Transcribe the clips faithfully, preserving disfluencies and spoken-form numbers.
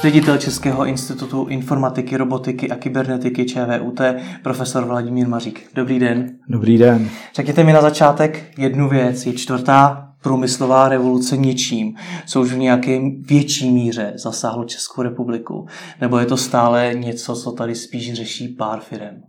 ředitel Českého institutu informatiky, robotiky a kybernetiky ČVUT, profesor Vladimír Mařík. Dobrý den. Dobrý den. Řekněte mi na začátek jednu věc. Je čtvrtá průmyslová revoluce něčím, co už v nějaké větší míře zasáhlo Českou republiku? Nebo je to stále něco, co tady spíš řeší pár firem?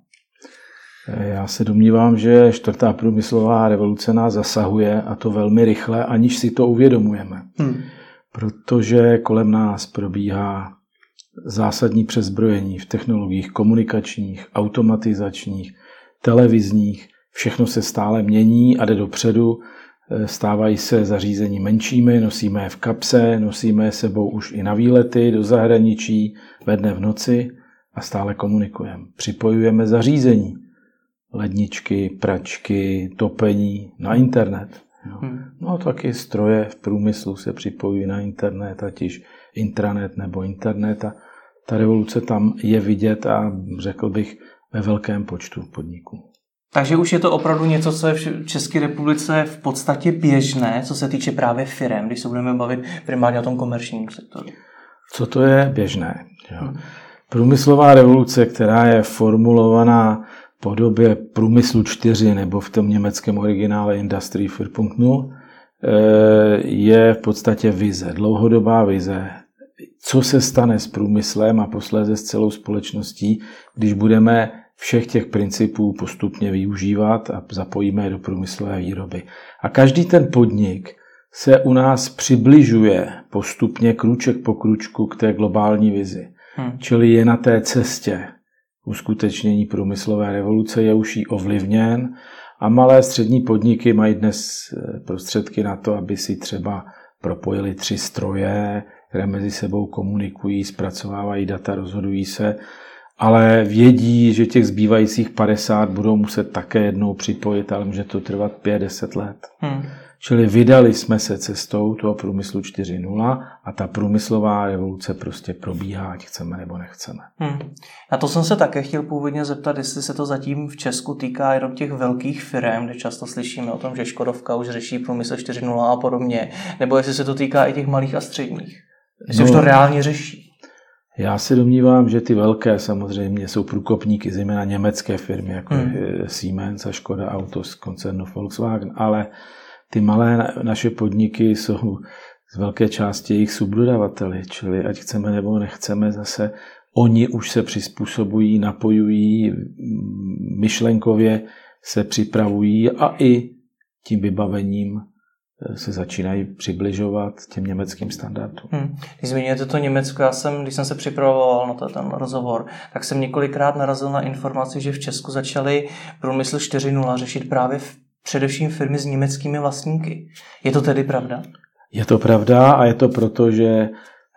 Já se domnívám, že čtvrtá průmyslová revoluce nás zasahuje, a to velmi rychle, aniž si to uvědomujeme. Hmm. Protože kolem nás probíhá zásadní přezbrojení v technologiích komunikačních, automatizačních, televizních. Všechno se stále mění a jde dopředu. Stávají se zařízení menšími, nosíme je v kapse, nosíme je sebou už i na výlety do zahraničí, ve dne v noci a stále komunikujeme. Připojujeme zařízení, ledničky, pračky, topení na internet. Hmm. No a taky stroje v průmyslu se připojují na internet, ať již intranet nebo internet. A ta revoluce tam je vidět a řekl bych ve velkém počtu podniků. Takže už je to opravdu něco, co je v České republice v podstatě běžné, co se týče právě firem, když se budeme bavit primárně o tom komerčním sektoru. Co to je běžné? Jo. Průmyslová revoluce, která je formulovaná v podobě průmyslu čtyři nebo v tom německém originále Industrie čtyři tečka nula, je v podstatě vize, dlouhodobá vize. Co se stane s průmyslem a posléze s celou společností, když budeme všech těch principů postupně využívat a zapojíme je do průmyslové výroby. A každý ten podnik se u nás přibližuje postupně krůček po krůčku k té globální vizi. Hmm. Čili je na té cestě uskutečnění průmyslové revoluce, je už jí ovlivněn a malé střední podniky mají dnes prostředky na to, aby si třeba propojili tři stroje, které mezi sebou komunikují, zpracovávají data, rozhodují se, ale vědí, že těch zbývajících padesát budou muset také jednou připojit, ale může to trvat pět deset let. Hmm. Čili vydali jsme se cestou toho průmyslu čtyři tečka nula a ta průmyslová revoluce prostě probíhá, ať chceme nebo nechceme. Hmm. Na to jsem se také chtěl původně zeptat, jestli se to zatím v Česku týká jenom těch velkých firm, kde často slyšíme o tom, že Škodovka už řeší průmysl čtyři tečka nula a podobně, nebo jestli se to týká i těch malých a středních. Jestli no, už to reálně řeší. Já se domnívám, že ty velké samozřejmě jsou průkopníky, zejména německé firmy, jako hmm. Siemens a Škoda Auto z koncernu Volkswagen, ale ty malé naše podniky jsou z velké části jejich subdodavateli, čili ať chceme nebo nechceme, zase oni už se přizpůsobují, napojují, myšlenkově se připravují a i tím vybavením se začínají přibližovat těm německým standardům. Hmm. Když zmiňujete to Německo, já jsem, když jsem se připravoval na to, ten rozhovor, tak jsem několikrát narazil na informaci, že v Česku začaly průmysl čtyři tečka nula řešit právě v, především firmy s německými vlastníky. Je to tedy pravda? Je to pravda a je to proto, že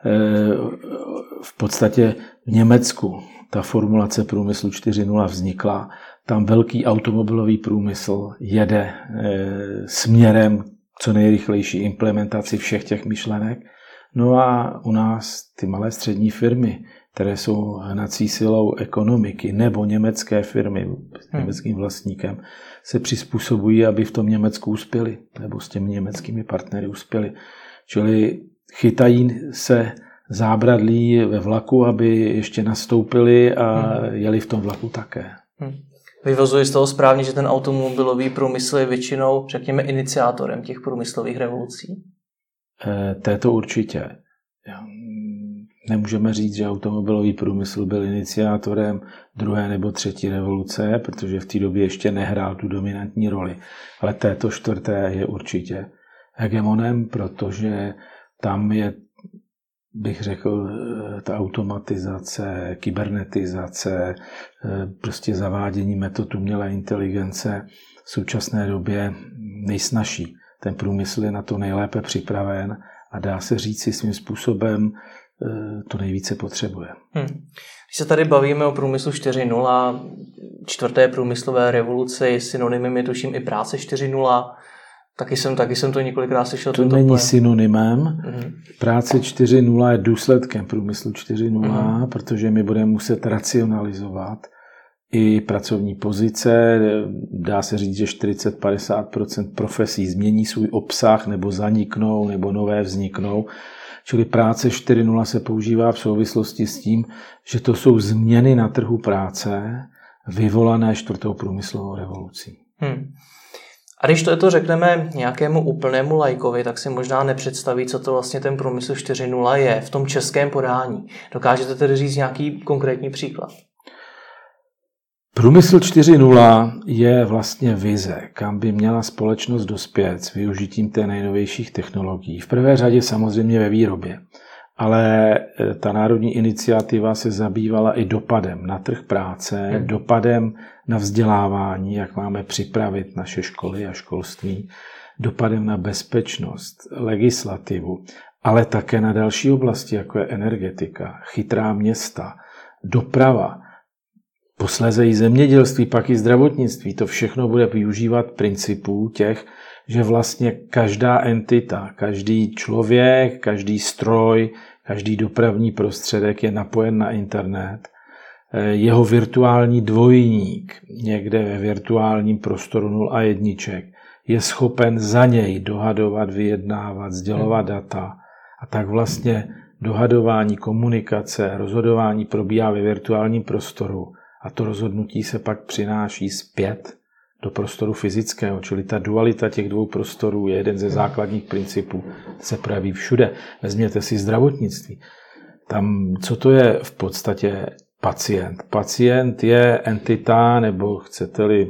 v podstatě v Německu ta formulace průmyslu čtyři tečka nula vznikla. Tam velký automobilový průmysl jede směrem co nejrychlejší implementaci všech těch myšlenek. No a u nás ty malé střední firmy, které jsou hnací silou ekonomiky, nebo německé firmy s německým vlastníkem, se přizpůsobují, aby v tom Německu uspěli, nebo s těmi německými partnery uspěli. Čili chytají se zábradlí ve vlaku, aby ještě nastoupili a jeli v tom vlaku také. Hmm. Vyvozuji z toho správně, že ten automobilový průmysl je většinou, řekněme, iniciátorem těch průmyslových revolucí? E, této určitě. Nemůžeme říct, že automobilový průmysl byl iniciátorem druhé nebo třetí revoluce, protože v té době ještě nehrál tu dominantní roli. Ale této čtvrté je určitě hegemonem, protože tam je, bych řekl, ta automatizace, kybernetizace, prostě zavádění metod umělé inteligence v současné době nejsnažší. Ten průmysl je na to nejlépe připraven a dá se říct si svým způsobem, to nejvíce potřebuje. Hmm. Když se tady bavíme o průmyslu čtyři tečka nula, čtvrté průmyslové revoluce, synonymem je tuším i práce čtyři tečka nula, Taky jsem, taky jsem to několikrát slyšel. To není synonymem. Mm-hmm. Práce čtyři tečka nula je důsledkem průmyslu čtyři tečka nula, mm-hmm. protože my budeme muset racionalizovat i pracovní pozice. Dá se říct, že čtyřicet až padesát procent profesí změní svůj obsah nebo zaniknou, nebo nové vzniknou. Čili práce čtyři tečka nula se používá v souvislosti s tím, že to jsou změny na trhu práce vyvolané čtvrtou průmyslovou revolucí. Hmm. A když to, to řekneme nějakému úplnému laikovi, tak si možná nepředstaví, co to vlastně ten průmysl čtyři tečka nula je v tom českém podání. Dokážete tedy říct nějaký konkrétní příklad? Průmysl čtyři tečka nula je vlastně vize, kam by měla společnost dospět s využitím té nejnovějších technologií. V prvé řadě samozřejmě ve výrobě, ale ta národní iniciativa se zabývala i dopadem na trh práce, hmm. dopadem na vzdělávání, jak máme připravit naše školy a školství, dopadem na bezpečnost, legislativu, ale také na další oblasti, jako je energetika, chytrá města, doprava, posléze i zemědělství, pak i zdravotnictví. To všechno bude využívat principů těch, že vlastně každá entita, každý člověk, každý stroj, každý dopravní prostředek je napojen na internet. Jeho virtuální dvojník někde ve virtuálním prostoru nul a jedniček je schopen za něj dohadovat, vyjednávat, sdělovat data. A tak vlastně dohadování, komunikace, rozhodování probíhá ve virtuálním prostoru. A to rozhodnutí se pak přináší zpět do prostoru fyzického, čili ta dualita těch dvou prostorů je jeden ze základních principů, se projeví všude. Vezměte si zdravotnictví. Tam, co to je v podstatě pacient? Pacient je entita, nebo chcete-li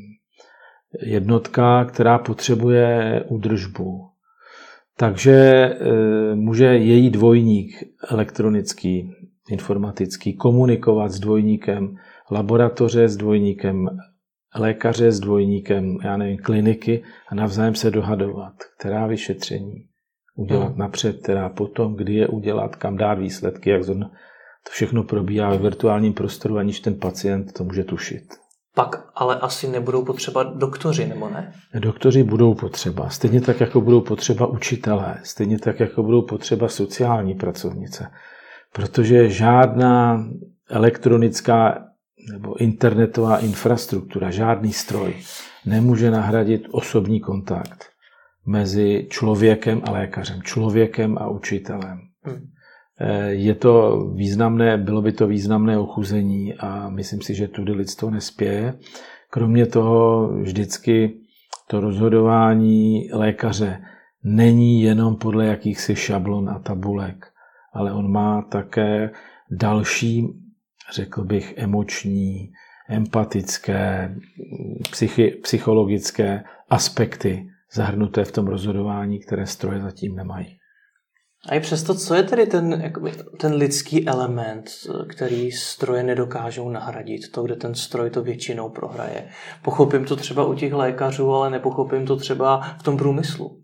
jednotka, která potřebuje údržbu. Takže e, může její dvojník elektronický, informatický komunikovat s dvojníkem laboratoře, s dvojníkem lékaře, s dvojníkem, já nevím, kliniky a navzájem se dohadovat, která vyšetření udělat hmm. napřed, která potom, kdy je udělat, kam dát výsledky, jak zhodnout. To všechno probíhá ve virtuálním prostoru, aniž ten pacient to může tušit. Pak ale asi nebudou potřeba doktoři, nebo ne? Doktoři budou potřeba. Stejně tak, jako budou potřeba učitelé. Stejně tak, jako budou potřeba sociální pracovnice. Protože žádná elektronická nebo internetová infrastruktura, žádný stroj nemůže nahradit osobní kontakt mezi člověkem a lékařem, člověkem a učitelem. Hmm. Je to významné, bylo by to významné ochuzení a myslím si, že tudy lidstvo nespěje. Kromě toho vždycky to rozhodování lékaře není jenom podle jakýchsi šablon a tabulek, ale on má také další, řekl bych, emoční, empatické, psychi, psychologické aspekty zahrnuté v tom rozhodování, které stroje zatím nemají. A i přesto, co je tedy ten, jakoby, ten lidský element, který stroje nedokážou nahradit, to, kde ten stroj to většinou prohraje? Pochopím to třeba u těch lékařů, ale nepochopím to třeba v tom průmyslu.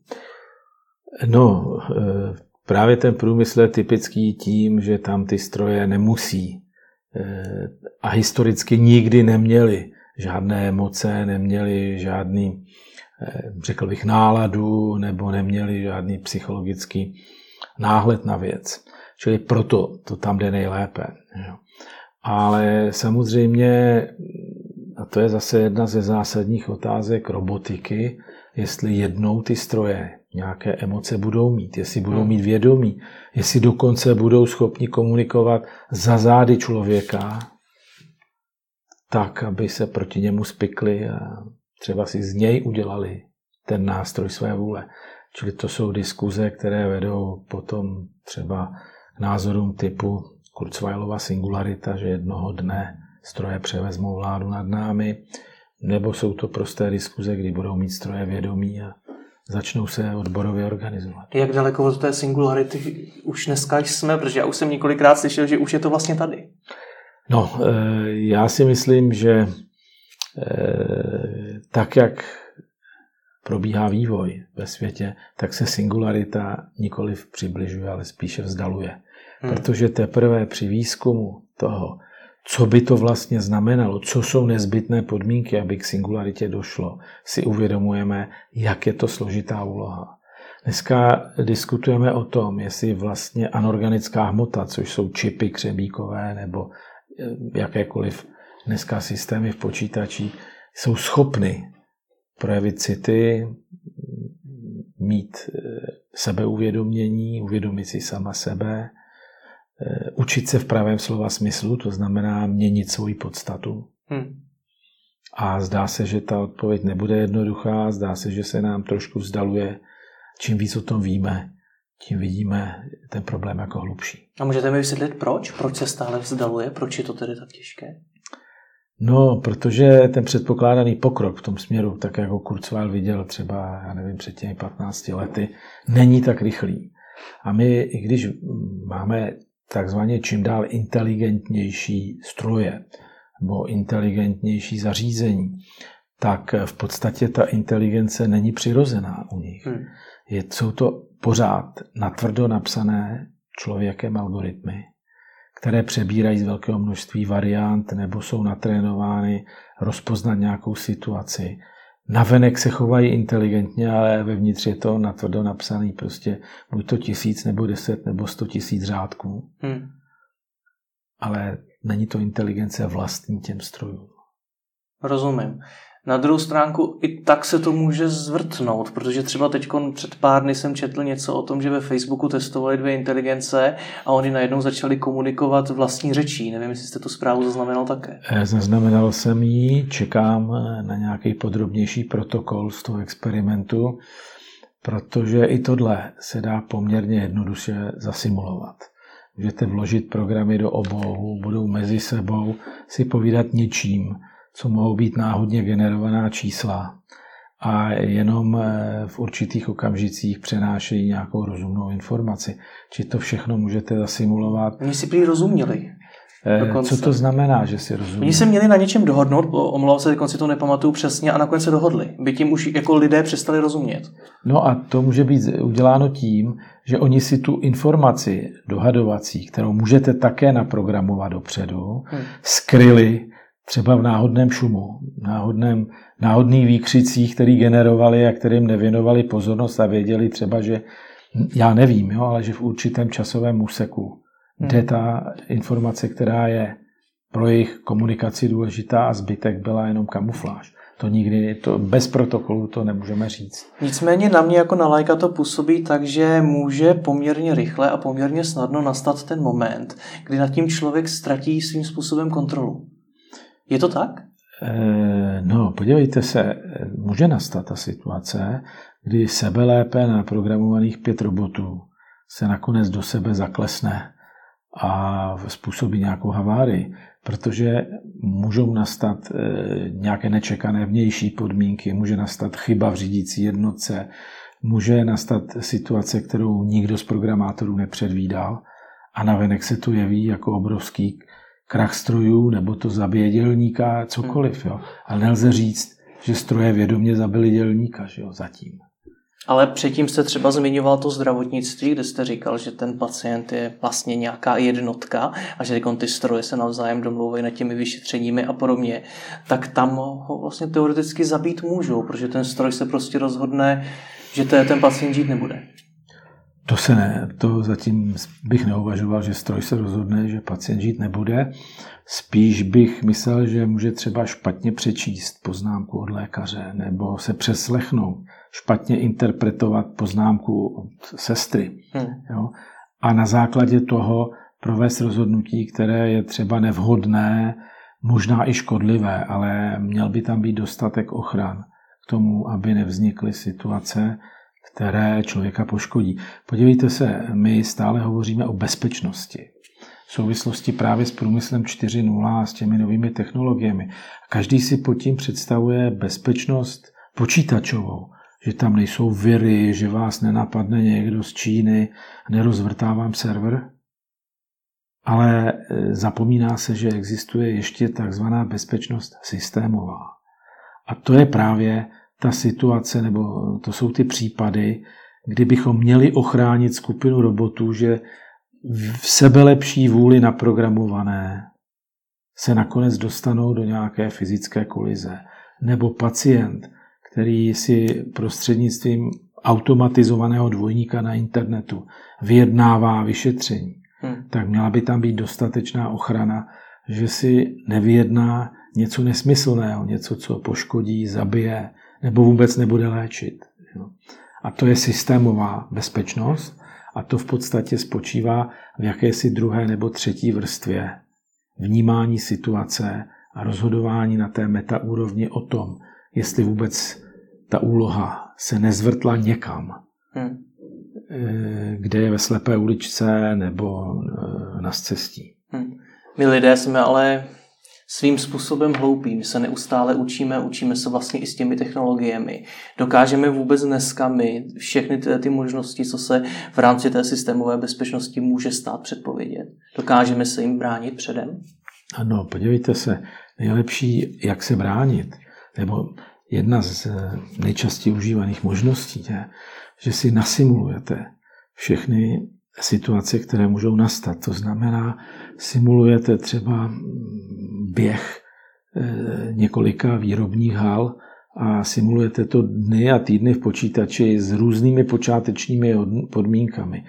No, právě ten průmysl je typický tím, že tam ty stroje nemusí a historicky nikdy neměli žádné emoce, neměli žádný, řekl bych, náladu nebo neměli žádný psychologický náhled na věc. Čili proto to tam jde nejlépe. Ale samozřejmě, a to je zase jedna ze zásadních otázek robotiky, jestli jednou ty stroje nějaké emoce budou mít, jestli budou mít vědomí, jestli dokonce budou schopni komunikovat za zády člověka, tak, aby se proti němu spikli a třeba si z něj udělali ten nástroj své vůle. Čili to jsou diskuze, které vedou potom třeba k názorům typu Kurzweilova singularita, že jednoho dne stroje převezmou vládu nad námi, nebo jsou to prosté diskuze, kdy budou mít stroje vědomí a začnou se odborově organizovat. Jak daleko od té singularity už dneska jsme, protože já už jsem několikrát slyšel, že už je to vlastně tady. No, já si myslím, že tak, jak probíhá vývoj ve světě, tak se singularita nikoliv přibližuje, ale spíše vzdaluje. Hmm. Protože teprve při výzkumu toho, co by to vlastně znamenalo, co jsou nezbytné podmínky, aby k singularitě došlo, si uvědomujeme, jak je to složitá úloha. Dneska diskutujeme o tom, jestli vlastně anorganická hmota, což jsou čipy křebíkové nebo jakékoliv dneska systémy v počítači, jsou schopny projevit city, mít sebeuvědomění, uvědomit si sama sebe, učit se v pravém slova smyslu, to znamená měnit svoji podstatu. Hmm. A zdá se, že ta odpověď nebude jednoduchá, zdá se, že se nám trošku vzdaluje. Čím víc o tom víme, tím vidíme ten problém jako hlubší. A můžete mi vysvětlit proč? Proč se stále vzdaluje? Proč je to tedy tak těžké? No, protože ten předpokládaný pokrok v tom směru, tak jako Kurzweil viděl třeba, já nevím, před těmi patnácti lety, není tak rychlý. A my, i když máme takzvaně čím dál inteligentnější stroje nebo inteligentnější zařízení, tak v podstatě ta inteligence není přirozená u nich. Hmm. Je, jsou to pořád natvrdo napsané člověkem algoritmy, které přebírají z velkého množství variant nebo jsou natrénovány rozpoznat nějakou situaci. Navenek se chovají inteligentně, ale vevnitř je to natvrdo napsaný prostě buď to tisíc nebo deset nebo sto tisíc řádků. Hmm. Ale není to inteligence vlastní těm strojům. Rozumím. Na druhou stránku i tak se to může zvrtnout, protože třeba teď před pár dny jsem četl něco o tom, že ve Facebooku testovali dvě inteligence a oni najednou začali komunikovat vlastní řečí. Nevím, jestli jste tu zprávu zaznamenal také. Zaznamenal jsem ji, čekám na nějaký podrobnější protokol z toho experimentu, protože i tohle se dá poměrně jednoduše zasimulovat. Můžete vložit programy do obou, budou mezi sebou si povídat něčím, co mohou být náhodně generovaná čísla a jenom v určitých okamžicích přenášejí nějakou rozumnou informaci. Či to všechno můžete zasimulovat. Oni si prý rozuměli. Dokonce. Co to znamená, že si rozumí? Oni se měli na něčem dohodnout, omlouvám se, konci to nepamatuju přesně, a nakonec se dohodli. By tím už jako lidé přestali rozumět. No a to může být uděláno tím, že oni si tu informaci dohadovací, kterou můžete také naprogramovat dopředu, hmm. skryli třeba v náhodném šumu, náhodném, náhodných výkřicích, který generovali a kterým nevěnovali pozornost a věděli třeba, že já nevím, jo, ale že v určitém časovém úseku hmm. jde ta informace, která je pro jejich komunikaci důležitá a zbytek byla jenom kamufláž. To nikdy, to bez protokolu to nemůžeme říct. Nicméně na mě jako na laika to působí tak, že může poměrně rychle a poměrně snadno nastat ten moment, kdy nad tím člověk ztratí svým způsobem kontrolu. Je to tak? No, podívejte se, může nastat ta situace, kdy sebelépe naprogramovaných pět robotů se nakonec do sebe zaklesne a způsobí nějakou havárii, protože můžou nastat nějaké nečekané vnější podmínky, může nastat chyba v řídící jednotce, může nastat situace, kterou nikdo z programátorů nepředvídal a navenek se to jeví jako obrovský krach strojů, nebo to zabije dělníka, cokoliv. Jo. Ale nelze říct, že stroje vědomě zabili dělníka, že jo, zatím. Ale předtím jste třeba zmiňoval to zdravotnictví, kde jste říkal, že ten pacient je vlastně nějaká jednotka a že ty stroje se navzájem domlouvají nad těmi vyšetřeními a podobně. Tak tam ho vlastně teoreticky zabít můžou, protože ten stroj se prostě rozhodne, že ten pacient žít nebude. To se ne, to zatím bych neuvažoval, že stroj se rozhodne, že pacient žít nebude. Spíš bych myslel, že může třeba špatně přečíst poznámku od lékaře nebo se přeslechnout, špatně interpretovat poznámku od sestry. Hmm. Jo? A na základě toho provést rozhodnutí, které je třeba nevhodné, možná i škodlivé, ale měl by tam být dostatek ochran k tomu, aby nevznikly situace, které člověka poškodí. Podívejte se, my stále hovoříme o bezpečnosti. V souvislosti právě s průmyslem čtyři tečka nula a s těmi novými technologiemi. Každý si pod tím představuje bezpečnost počítačovou, že tam nejsou viry, že vás nenapadne někdo z Číny, nerozvrtá vám server. Ale zapomíná se, že existuje ještě takzvaná bezpečnost systémová. A to je právě ta situace, nebo to jsou ty případy, kdy bychom měli ochránit skupinu robotů, že v sebelepší vůli naprogramované se nakonec dostanou do nějaké fyzické kolize. Nebo pacient, který si prostřednictvím automatizovaného dvojníka na internetu vyjednává vyšetření, hmm. tak měla by tam být dostatečná ochrana, že si nevyjedná něco nesmyslného, něco, co poškodí, zabije, nebo vůbec nebude léčit. Jo. A to je systémová bezpečnost a to v podstatě spočívá v jakési druhé nebo třetí vrstvě vnímání situace a rozhodování na té metaúrovni o tom, jestli vůbec ta úloha se nezvrtla někam, hmm. kde je ve slepé uličce nebo na scestí. Hmm. My lidé jsme ale svým způsobem hloupí. My se neustále učíme, učíme se vlastně i s těmi technologiemi. Dokážeme vůbec dneska my všechny ty, ty možnosti, co se v rámci té systémové bezpečnosti může stát, předpovědět. Dokážeme se jim bránit předem? Ano, podívejte se, nejlepší, jak se bránit, nebo jedna z nejčastěji užívaných možností je, že si nasimulujete všechny situace, které můžou nastat. To znamená, simulujete třeba běh několika výrobních hal a simulujete to dny a týdny v počítači s různými počátečními podmínkami.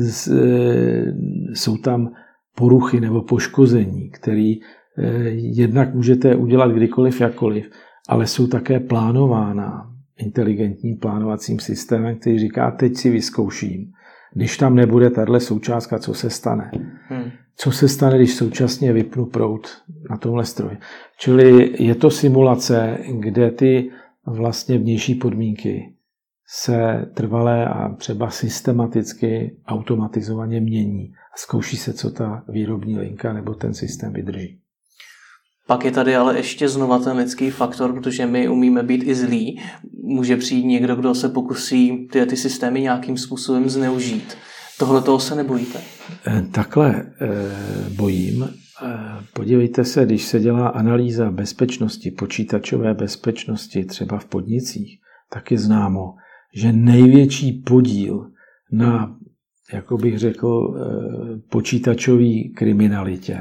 Jsou tam poruchy nebo poškození, které jednak můžete udělat kdykoliv, jakkoliv, ale jsou také plánována inteligentním plánovacím systémem, který říká, teď si vyzkouším, když tam nebude tahle součástka, co se stane. Hmm. Co se stane, když současně vypnu proud na tomhle stroji. Čili je to simulace, kde ty vlastně vnější podmínky se trvalé a třeba systematicky automatizovaně mění a zkouší se, co ta výrobní linka nebo ten systém vydrží. Pak je tady ale ještě znova ten lidský faktor, protože my umíme být i zlí. Může přijít někdo, kdo se pokusí ty, ty systémy nějakým způsobem zneužít. Tohle toho se nebojíte? Takhle bojím. Podívejte se, když se dělá analýza bezpečnosti, počítačové bezpečnosti třeba v podnicích, tak je známo, že největší podíl na, jako bych řekl, počítačový kriminalitě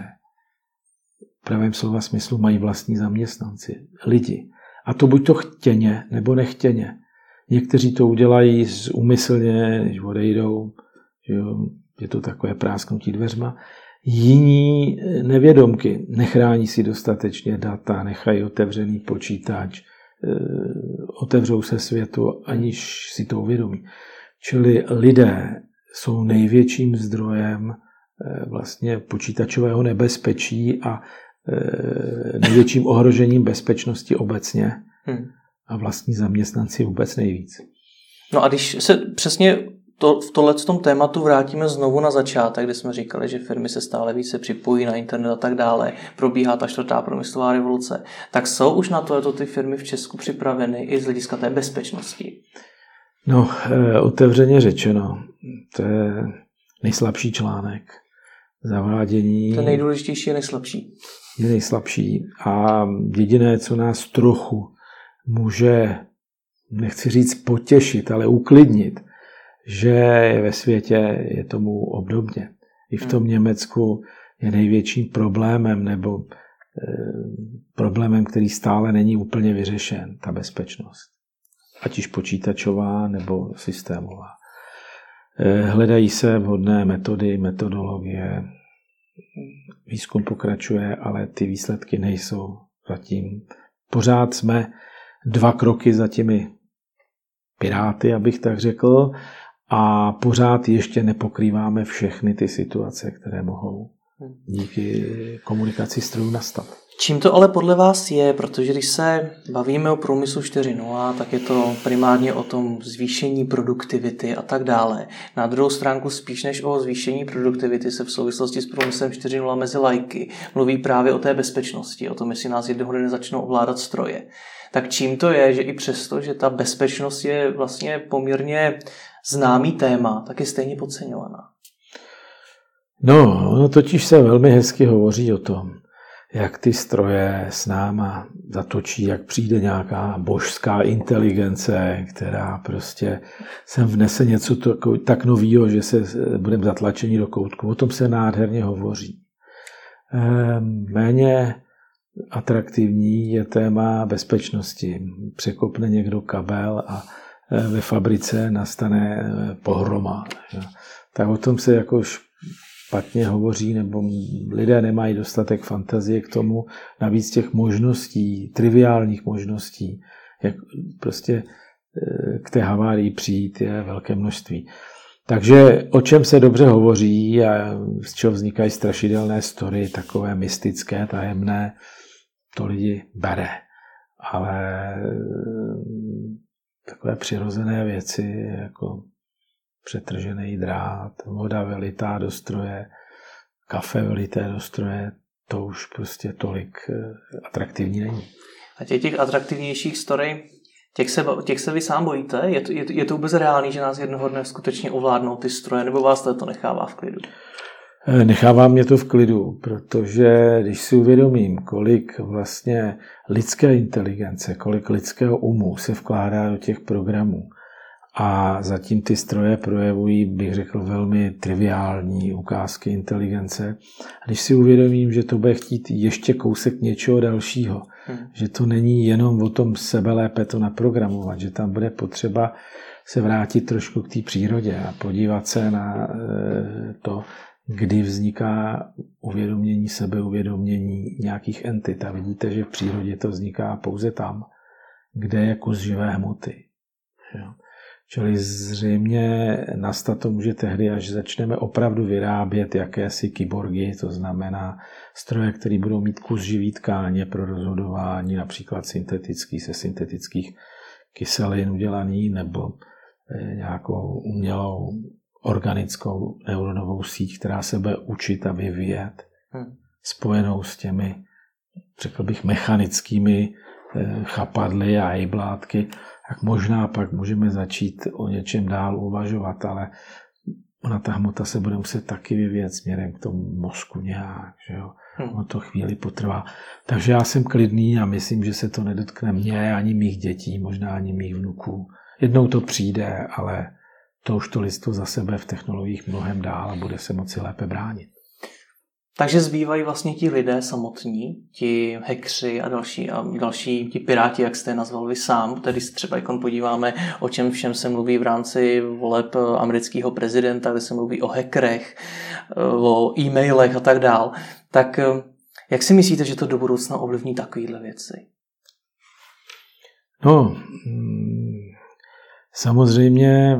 v pravém slova smyslu mají vlastní zaměstnanci, lidi. A to buď to chtěně, nebo nechtěně. Někteří to udělají úmyslně, když odejdou, že jo, je to takové prásknutí dveřma. Jiní nevědomky nechrání si dostatečně data, nechají otevřený počítač, otevřou se světu, aniž si to uvědomí. Čili lidé jsou největším zdrojem vlastně počítačového nebezpečí a největším ohrožením bezpečnosti obecně hmm. a vlastní zaměstnanci vůbec nejvíc. No a když se přesně to, v tohletom tématu vrátíme znovu na začátek, kde jsme říkali, že firmy se stále více připojí na internet a tak dále, probíhá ta čtvrtá průmyslová revoluce, tak jsou už na tohleto ty firmy v Česku připraveny i z hlediska té bezpečnosti? No, otevřeně řečeno, to je nejslabší článek. Zavádění ten nejdůležitější je nejslabší. Je nejslabší a jediné, co nás trochu může, nechci říct potěšit, ale uklidnit, že ve světě je tomu obdobně. I v tom hmm. Německu je největším problémem nebo e, problémem, který stále není úplně vyřešen, ta bezpečnost. Ať již počítačová nebo systémová. E, hledají se vhodné metody, metodologie, výzkum pokračuje, ale ty výsledky nejsou zatím. Pořád jsme dva kroky za těmi piráty, abych tak řekl, a pořád ještě nepokrýváme všechny ty situace, které mohou díky komunikaci strojů nastat. Čím to ale podle vás je? Protože když se bavíme o průmyslu čtyři tečka nula, tak je to primárně o tom zvýšení produktivity a tak dále. Na druhou stránku spíš než o zvýšení produktivity se v souvislosti s průmyslem čtyři tečka nula mezi laiky mluví právě o té bezpečnosti, o tom, jestli nás jednoho dne začnou ovládat stroje. Tak čím to je, že i přesto, že ta bezpečnost je vlastně poměrně známý téma, tak je stejně podceňovaná? No, no totiž se velmi hezky hovoří o tom, jak ty stroje s náma zatočí, jak přijde nějaká božská inteligence, která prostě sem vnese něco tak novýho, že se budeme zatlačeni do koutku. O tom se nádherně hovoří. Méně atraktivní je téma bezpečnosti. Překopne někdo kabel a ve fabrice nastane pohroma. Tak o tom se jako špatně hovoří, nebo lidé nemají dostatek fantazie k tomu, navíc těch možností, triviálních možností, jak prostě k té havárii přijít je velké množství. Takže o čem se dobře hovoří a z čeho vznikají strašidelné story, takové mystické, tajemné, to lidi bere. Ale takové přirozené věci, jako přetržený drát, voda vylitá do stroje, kafe vylité do stroje, to už prostě tolik atraktivní není. A těch, těch atraktivnějších story, těch se, těch se vy sám bojíte? Je to, je, je to vůbec reálný, že nás jednoho dne skutečně ovládnou ty stroje, nebo vás to nechává v klidu? Nechává mě to v klidu, protože když si uvědomím, kolik vlastně lidské inteligence, kolik lidského umu se vkládá do těch programů a zatím ty stroje projevují, bych řekl, velmi triviální ukázky inteligence. A když si uvědomím, že to bude chtít ještě kousek něčeho dalšího, hmm. že to není jenom o tom sebelépe to naprogramovat, že tam bude potřeba se vrátit trošku k té přírodě a podívat se na to, kdy vzniká uvědomění, sebeuvědomění nějakých entit. A vidíte, že v přírodě to vzniká pouze tam, kde je kus živé hmoty. Čili zřejmě nastat to může tehdy, až začneme opravdu vyrábět jakési kyborgy, to znamená stroje, které budou mít kus živý tkáně pro rozhodování, například syntetický, se syntetických kyselin udělaný, nebo nějakou umělou organickou neuronovou síť, která se bude učit a vyvíjet, hmm. spojenou s těmi, řekl bych, mechanickými chapadly a hejblátky, tak možná pak můžeme začít o něčem dál uvažovat, ale ona ta hmota se bude muset taky vyvíjet směrem k tomu mozku nějak, že jo. Hmm. Ono to chvíli potrvá. Takže já jsem klidný a myslím, že se to nedotkne mě, ani mých dětí, možná ani mých vnuků. Jednou to přijde, ale to už to lidstvo za sebe v technologiích mnohem dál a bude se moci lépe bránit. Takže zbývají vlastně ti lidé samotní, ti hackři a další, a další ti piráti, jak jste je nazval vy sám. Tedy se třeba jako podíváme, o čem všem se mluví v rámci voleb amerického prezidenta, kde se mluví o hackerech, o e-mailech a tak dál. Tak jak si myslíte, že to do budoucna ovlivní takovéhle věci? No, samozřejmě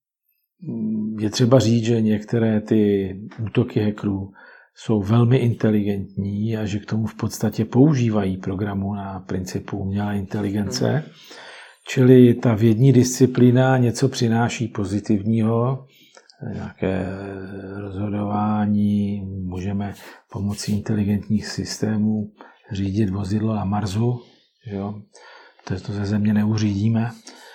je třeba říct, že některé ty útoky hackerů jsou velmi inteligentní a že k tomu v podstatě používají programu na principu umělé inteligence. Hmm. Čili ta vědní disciplína něco přináší pozitivního, nějaké rozhodování, můžeme pomocí inteligentních systémů řídit vozidlo na Marsu, jo? To, to ze Země neuřídíme.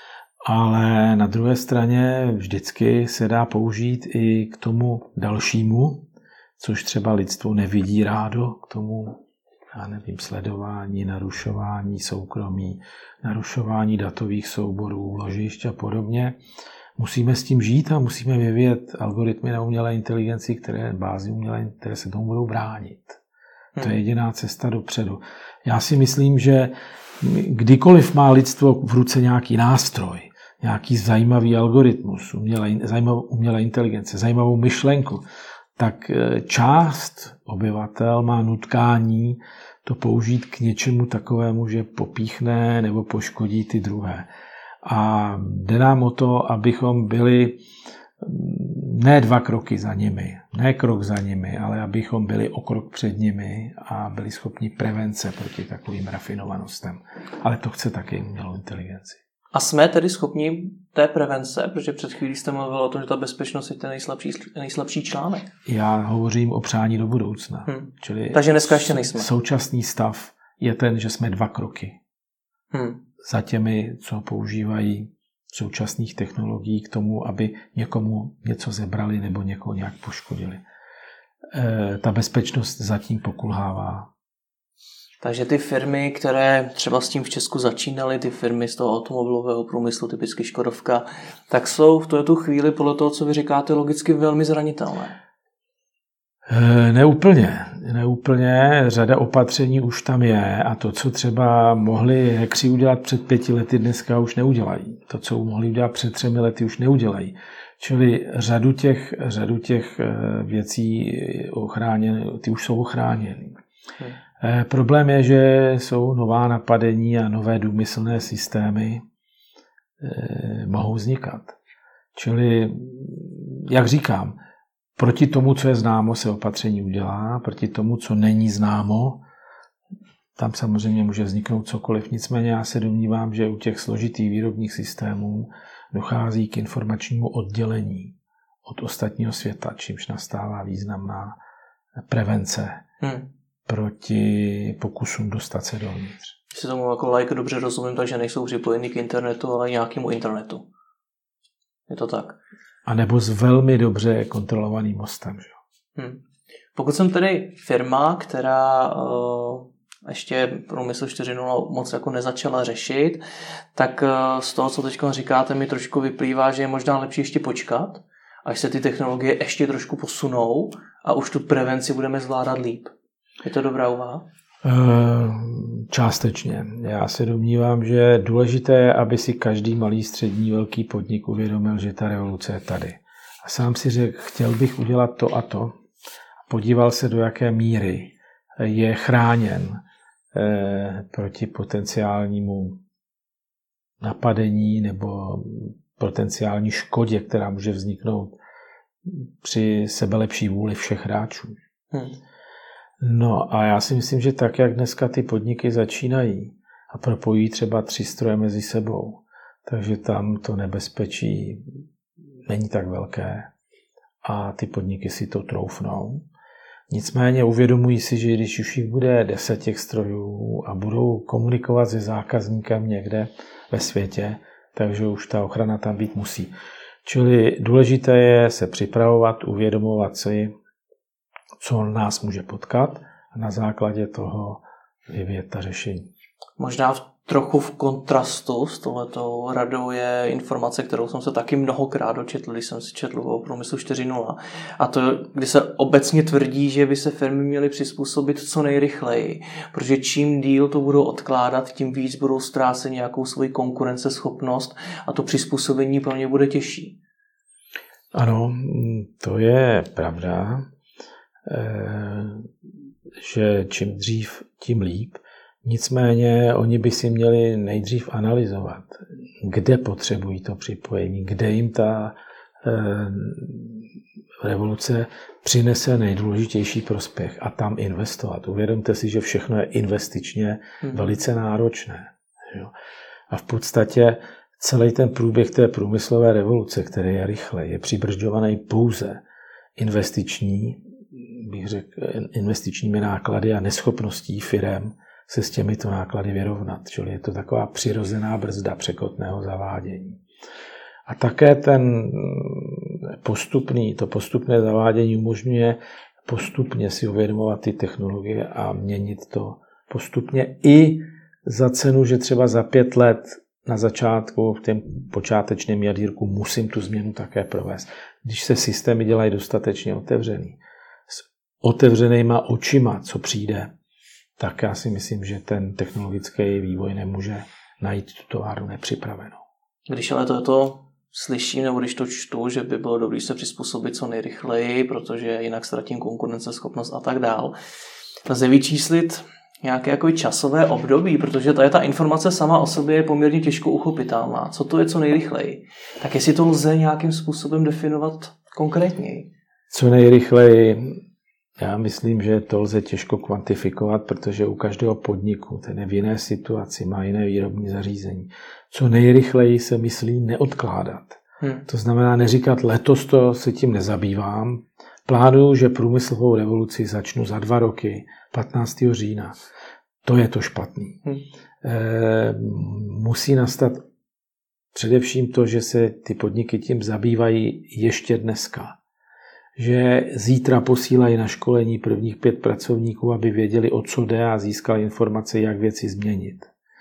Ale na druhé straně vždycky se dá použít i k tomu dalšímu, což třeba lidstvo nevidí rádo, k tomu, já nevím, sledování, narušování soukromí, narušování datových souborů, úložišť a podobně. Musíme s tím žít a musíme vyvíjet algoritmy na umělé inteligenci, které bázi umělé, které se tomu budou bránit. To je jediná cesta dopředu. Já si myslím, že kdykoliv má lidstvo v ruce nějaký nástroj, nějaký zajímavý algoritmus, umělé, zajímavou umělé inteligence, zajímavou myšlenku, tak část obyvatel má nutkání to použít k něčemu takovému, že popíchne nebo poškodí ty druhé. A jde nám o to, abychom byli ne dva kroky za nimi, ne krok za nimi, ale abychom byli o krok před nimi a byli schopni prevence proti takovým rafinovanostem. Ale to chce taky umělou inteligenci. A jsme tedy schopni té prevence, protože před chvílí jste mluvil o tom, že ta bezpečnost je ten nejslabší, nejslabší článek. Já hovořím o přání do budoucna. Hmm. Čili Takže dneska ještě nejsme. Současný stav je ten, že jsme dva kroky. Hmm. Za těmi, co používají současných technologií k tomu, aby někomu něco zebrali nebo někoho nějak poškodili. E, ta bezpečnost zatím pokulhává. Takže ty firmy, které třeba s tím v Česku začínaly, ty firmy z toho automobilového průmyslu, typicky Škodovka, tak jsou v této chvíli podle toho, co vy říkáte, logicky velmi zranitelné. E, neúplně. Neúplně. Řada opatření už tam je a to, co třeba mohli hackři udělat před pěti lety, dneska už neudělají. To, co mohli udělat před třemi lety, už neudělají. Čili řadu těch, řadu těch věcí ochráněny, ty už jsou ochráněny. Hmm. Problém je, že jsou nová napadení a nové důmyslné systémy, eh, mohou vznikat. Čili, jak říkám, proti tomu, co je známo, se opatření udělá, proti tomu, co není známo, tam samozřejmě může vzniknout cokoliv. Nicméně já se domnívám, že u těch složitých výrobních systémů dochází k informačnímu oddělení od ostatního světa, čímž nastává významná prevence hmm. proti pokusům dostat se dovnitř. Si tomu jako like dobře rozumím, takže nejsou připojení k internetu, ale nějakému internetu. Je to tak? A nebo s velmi dobře kontrolovaným mostem. Že? Hmm. Pokud jsem tedy firma, která uh, ještě průmysl čtyři tečka nula moc jako nezačala řešit, tak uh, z toho, co teď říkáte, mi trošku vyplývá, že je možná lepší ještě počkat, až se ty technologie ještě trošku posunou a už tu prevenci budeme zvládat líp. Je to dobrá úvaha? Částečně. Já se domnívám, že důležité je, aby si každý malý, střední, velký podnik uvědomil, že ta revoluce je tady. A sám si řekl, chtěl bych udělat to a to. A podíval se, do jaké míry je chráněn proti potenciálnímu napadení nebo potenciální škodě, která může vzniknout při sebelepší vůli všech hráčů. Hmm. No a já si myslím, že tak, jak dneska ty podniky začínají a propojí třeba tři stroje mezi sebou, takže tam to nebezpečí není tak velké a ty podniky si to troufnou. Nicméně uvědomují si, že když už jich bude deset těch strojů a budou komunikovat se zákazníkem někde ve světě, takže už ta ochrana tam být musí. Čili důležité je se připravovat, uvědomovat si, co nás může potkat a na základě toho vyvíjet ta řešení. Možná v, trochu v kontrastu s touhletou radou je informace, kterou jsem se taky mnohokrát dočetl, když jsem si četl o průmyslu čtyři tečka nula. A to, kdy se obecně tvrdí, že by se firmy měly přizpůsobit co nejrychleji, protože čím díl to budou odkládat, tím víc budou ztrácet nějakou svoji konkurenceschopnost a to přizpůsobení pro ně bude těžší. Ano, to je pravda, že čím dřív, tím líp. Nicméně oni by si měli nejdřív analyzovat, kde potřebují to připojení, kde jim ta revoluce přinese nejdůležitější prospěch a tam investovat. Uvědomte si, že všechno je investičně velice náročné. A v podstatě celý ten průběh té průmyslové revoluce, který je rychle, je přibržďovaný pouze investiční, bych řekl, investičními náklady a neschopností firem se s těmito náklady vyrovnat. Čili je to taková přirozená brzda překotného zavádění. A také ten postupný, to postupné zavádění umožňuje postupně si uvědomovat ty technologie a měnit to postupně i za cenu, že třeba za pět let na začátku, v tom počátečném jadírku, musím tu změnu také provést. Když se systémy dělají dostatečně otevřený, s otevřenýma očima, co přijde, tak já si myslím, že ten technologický vývoj nemůže najít tu továrnu nepřipravenou. Když ale to, to slyším, nebo když to čtu, že by bylo dobré se přizpůsobit co nejrychleji, protože jinak ztratím konkurenceschopnost a tak dál, lze vyčíslit nějaké jako časové období, protože ta, ta informace sama o sobě je poměrně těžko uchopitelná. Co to je co nejrychleji? Tak jestli to lze nějakým způsobem definovat konkrétněji? Co nejrychleji, já myslím, že to lze těžko kvantifikovat, protože u každého podniku, ten je v jiné situaci, má jiné výrobní zařízení. Co nejrychleji se myslí neodkládat. Hmm. To znamená neříkat, letos to se tím nezabývám, plánuju, že průmyslovou revoluci začnu za dva roky, patnáctého října. To je to špatný. Hmm. E, musí nastat především to, že se ty podniky tím zabývají ještě dneska. Že zítra posílají na školení prvních pět pracovníků, aby věděli, o co jde a získali informace, jak věci změnit.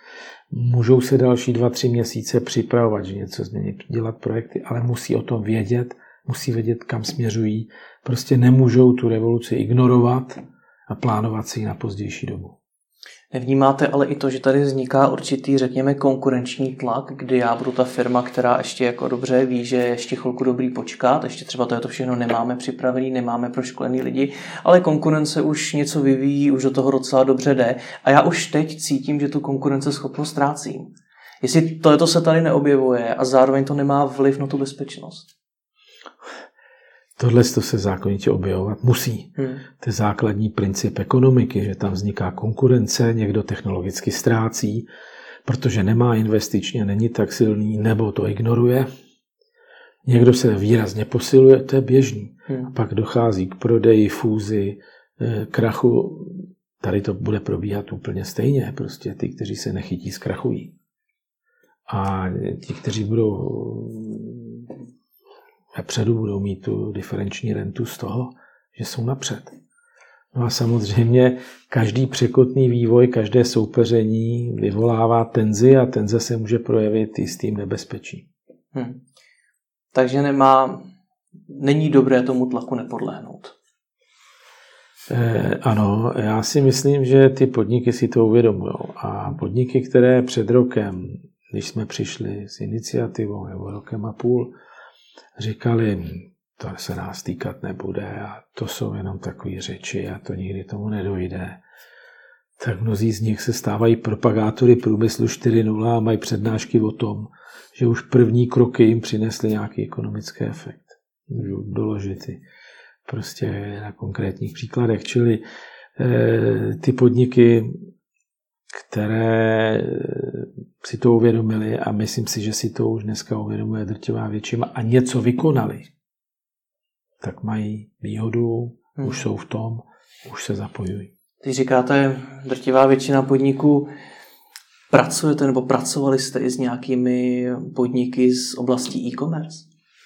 Můžou se další dva, tři měsíce připravovat, že něco změnit, dělat projekty, ale musí o tom vědět, musí vědět, kam směřují. Prostě nemůžou tu revoluci ignorovat a plánovat si ji na pozdější dobu. Nevnímáte ale i to, že tady vzniká určitý, řekněme, konkurenční tlak, kdy já budu ta firma, která ještě jako dobře ví, že ještě chvilku dobrý počkat, ještě třeba to, to všechno nemáme připravený, nemáme proškolený lidi, ale konkurence už něco vyvíjí, už do toho docela dobře jde a já už teď cítím, že tu konkurenceschopnost ztrácím. Jestli tohleto se tady neobjevuje a zároveň to nemá vliv na tu bezpečnost. Tohle se zákonitě objevovat musí. Hmm. To je základní princip ekonomiky, že tam vzniká konkurence, někdo technologicky ztrácí, protože nemá investičně, není tak silný, nebo to ignoruje. Někdo se výrazně posiluje, to je běžný. Hmm. A pak dochází k prodeji, fúzi, krachu. Tady to bude probíhat úplně stejně. Prostě ty, kteří se nechytí, zkrachují. A ti, kteří budou vepředu, budou mít tu diferenční rentu z toho, že jsou napřed. No a samozřejmě každý překotný vývoj, každé soupeření vyvolává tenzi a tenze se může projevit jistým nebezpečí. Hmm. Takže nemá, není dobré tomu tlaku nepodlehnout. Eh, ano, já si myslím, že ty podniky si to uvědomují. A podniky, které před rokem, když jsme přišli s iniciativou, nebo rokem a půl, říkali, to se nás týkat nebude a to jsou jenom takové řeči a to nikdy tomu nedojde, tak mnozí z nich se stávají propagátory průmyslu čtyři tečka nula a mají přednášky o tom, že už první kroky jim přinesly nějaký ekonomický efekt. Můžu doložit ty prostě na konkrétních příkladech. Čili e, ty podniky, které si to uvědomili a myslím si, že si to už dneska uvědomuje drtivá většina a něco vykonali, tak mají výhodu, hmm. už jsou v tom, už se zapojují. Když říkáte, drtivá většina podniků, pracujete nebo pracovali jste i s nějakými podniky z oblasti e-commerce?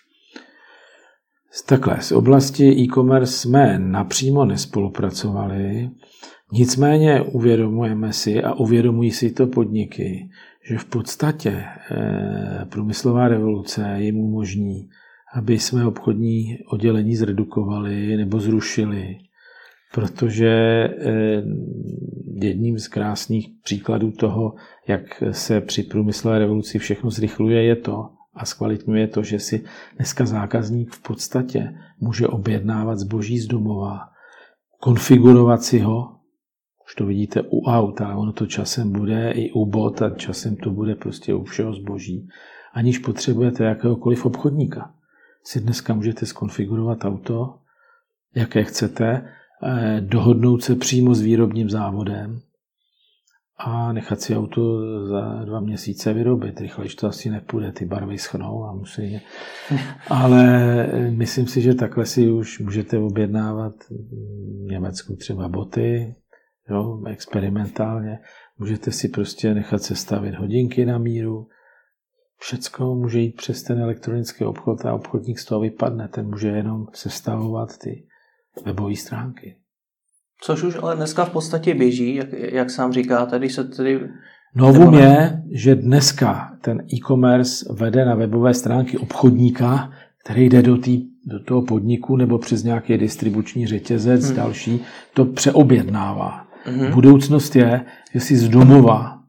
Takhle, z oblasti e-commerce jsme napřímo nespolupracovali, nicméně uvědomujeme si a uvědomují si to podniky, že v podstatě eh, průmyslová revoluce jim umožní, aby jsme obchodní oddělení zredukovali nebo zrušili, protože eh, jedním z krásných příkladů toho, jak se při průmyslové revoluci všechno zrychluje, je to, a zkvalitňuje to, že si dneska zákazník v podstatě může objednávat zboží z domova, konfigurovat si ho, už to vidíte u aut, ale ono to časem bude i u bot a časem to bude prostě u všeho zboží, aniž potřebujete jakéhokoliv obchodníka. Si dneska můžete skonfigurovat auto, jaké chcete, dohodnout se přímo s výrobním závodem a nechat si auto za dva měsíce vyrobit. Rychlejš to asi nepůjde, ty barvy schnou a musí. Ale myslím si, že takhle si už můžete objednávat v Německu třeba boty, jo, experimentálně. Můžete si prostě nechat sestavit hodinky na míru. Všecko může jít přes ten elektronický obchod a obchodník z toho vypadne. Ten může jenom sestavovat ty webové stránky. Což už ale dneska v podstatě běží, jak, jak sám říkáte, když se tedy... Novum je, že dneska ten e-commerce vede na webové stránky obchodníka, který jde do, tý, do toho podniku nebo přes nějaký distribuční řetězec, hmm. další, to přeobjednává. Hmm. Budoucnost je, že si z domova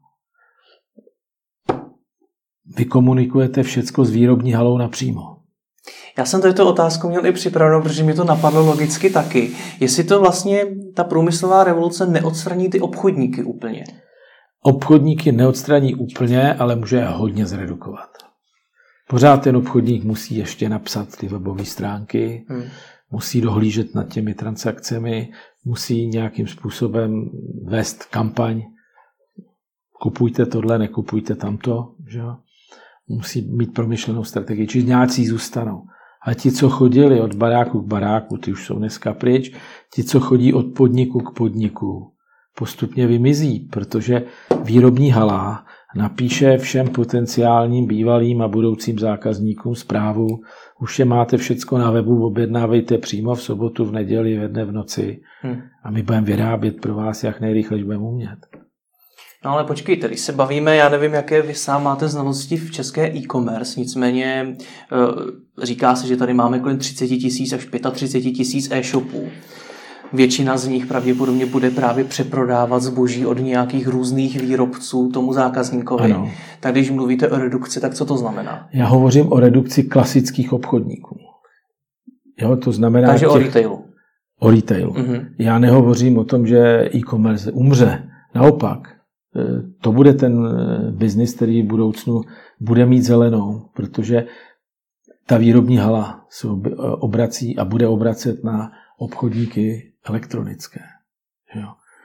vykomunikujete všecko s výrobní halou napřímo. Já jsem tady tu otázku měl i připravenou, protože mi to napadlo logicky taky. Jestli to vlastně ta průmyslová revoluce neodstraní ty obchodníky úplně? Obchodníky neodstraní úplně, ale může je hodně zredukovat. Pořád ten obchodník musí ještě napsat ty webové stránky, hmm. musí dohlížet nad těmi transakcemi, musí nějakým způsobem vést kampaň. Kupujte tohle, nekupujte tamto. Že? Musí mít promyšlenou strategii, čiže nějací zůstanou. A ti, co chodili od baráku k baráku, ty už jsou dneska pryč, ti, co chodí od podniku k podniku, postupně vymizí, protože výrobní hala napíše všem potenciálním bývalým a budoucím zákazníkům zprávu, už je máte všecko na webu, objednávejte přímo v sobotu, v neděli, ve dne, v noci hmm. a my budeme vyrábět pro vás, jak nejrychleji budeme umět. No ale počkejte, když se bavíme, já nevím, jaké vy sám máte znalosti v české e-commerce, nicméně říká se, že tady máme kolem třicet tisíc až třicet pět tisíc e-shopů. Většina z nich pravděpodobně bude právě přeprodávat zboží od nějakých různých výrobců tomu zákazníkovi. Ano. Tak když mluvíte o redukci, tak co to znamená? Já hovořím o redukci klasických obchodníků. Jo, to znamená... Takže těch... o retailu. O retailu. Uh-huh. Já nehovořím o tom, že e-commerce umře. Naopak, to bude ten biznis, který v budoucnu bude mít zelenou, protože ta výrobní hala se obrací a bude obracet na obchodníky elektronické. Jo.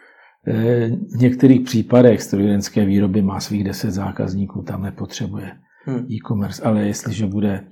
V některých případech strojírenské výroby má svých deset zákazníků, tam nepotřebuje hmm. e-commerce, ale jestliže bude